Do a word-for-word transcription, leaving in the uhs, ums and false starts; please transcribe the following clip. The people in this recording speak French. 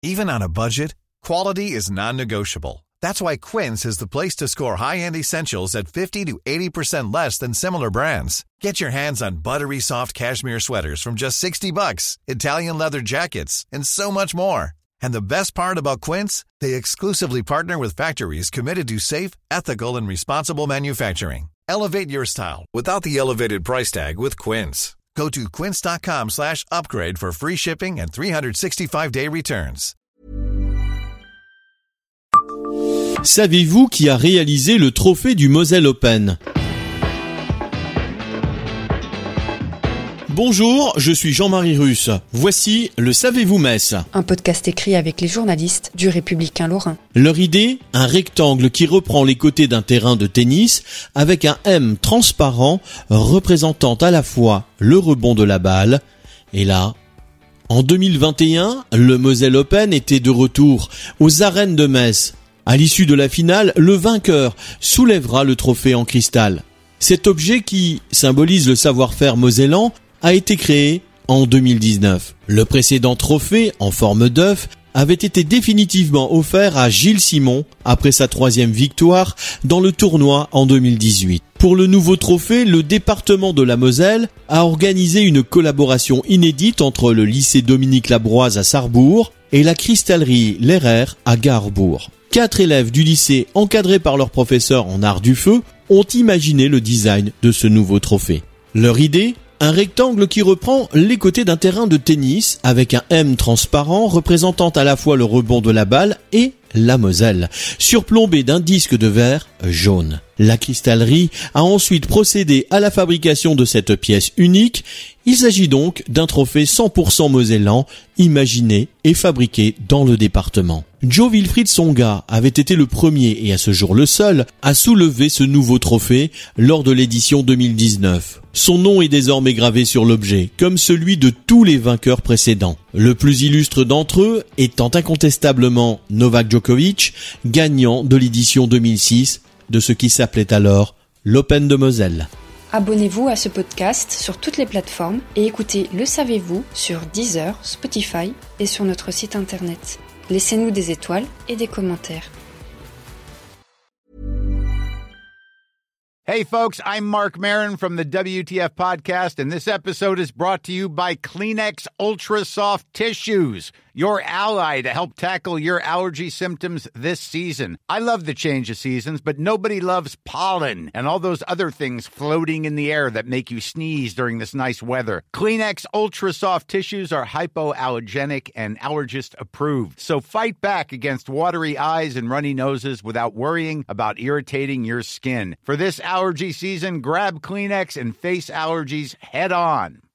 Even on a budget, quality is non-negotiable. That's why Quince is the place to score high-end essentials at fifty to eighty percent less than similar brands. Get your hands on buttery soft cashmere sweaters from just sixty bucks, Italian leather jackets, and so much more. And the best part about Quince, they exclusively partner with factories committed to safe, ethical, and responsible manufacturing. Elevate your style without the elevated price tag with Quince. Go to quince.com slash upgrade for free shipping and three sixty-five day returns. Savez-vous qui a réalisé le trophée du Moselle Open ? Bonjour, je suis Jean-Marie Russe. Voici le Savez-vous Metz ? Un podcast écrit avec les journalistes du Républicain Lorrain. Leur idée ? Un rectangle qui reprend les côtés d'un terrain de tennis avec un M transparent représentant à la fois le rebond de la balle et là... En deux mille vingt et un, le Moselle Open était de retour aux arènes de Metz. À l'issue de la finale, le vainqueur soulèvera le trophée en cristal. Cet objet qui symbolise le savoir-faire mosellan a été créé en deux mille dix-neuf. Le précédent trophée, en forme d'œuf, avait été définitivement offert à Gilles Simon après sa troisième victoire dans le tournoi en deux mille dix-huit. Pour le nouveau trophée, le département de la Moselle a organisé une collaboration inédite entre le lycée Dominique Labroise à Sarrebourg et la cristallerie Lehrer à Garrebourg. Quatre élèves du lycée, encadrés par leur professeur en art du feu, ont imaginé le design de ce nouveau trophée. Leur idée ? Un rectangle qui reprend les côtés d'un terrain de tennis avec un M transparent représentant à la fois le rebond de la balle et la Moselle, surplombé d'un disque de verre jaune. La cristallerie a ensuite procédé à la fabrication de cette pièce unique. Il s'agit donc d'un trophée cent pour cent mosellan, imaginé et fabriqué dans le département. Joe Wilfried Songa avait été le premier et à ce jour le seul à soulever ce nouveau trophée lors de l'édition deux mille dix-neuf. Son nom est désormais gravé sur l'objet, comme celui de tous les vainqueurs précédents. Le plus illustre d'entre eux étant incontestablement Novak Djokovic, gagnant de l'édition deux mille six de ce qui s'appelait alors l'Open de Moselle. Abonnez-vous à ce podcast sur toutes les plateformes et écoutez Le Savez-vous sur Deezer, Spotify et sur notre site internet. Laissez-nous des étoiles et des commentaires. Hey folks, I'm Mark Maron from the W T F podcast, and this episode is brought to you by Kleenex Ultra Soft Tissues, your ally to help tackle your allergy symptoms this season. I love the change of seasons, but nobody loves pollen and all those other things floating in the air that make you sneeze during this nice weather. Kleenex Ultra Soft Tissues are hypoallergenic and allergist approved, so fight back against watery eyes and runny noses without worrying about irritating your skin. For this allergy season, grab Kleenex and face allergies head on.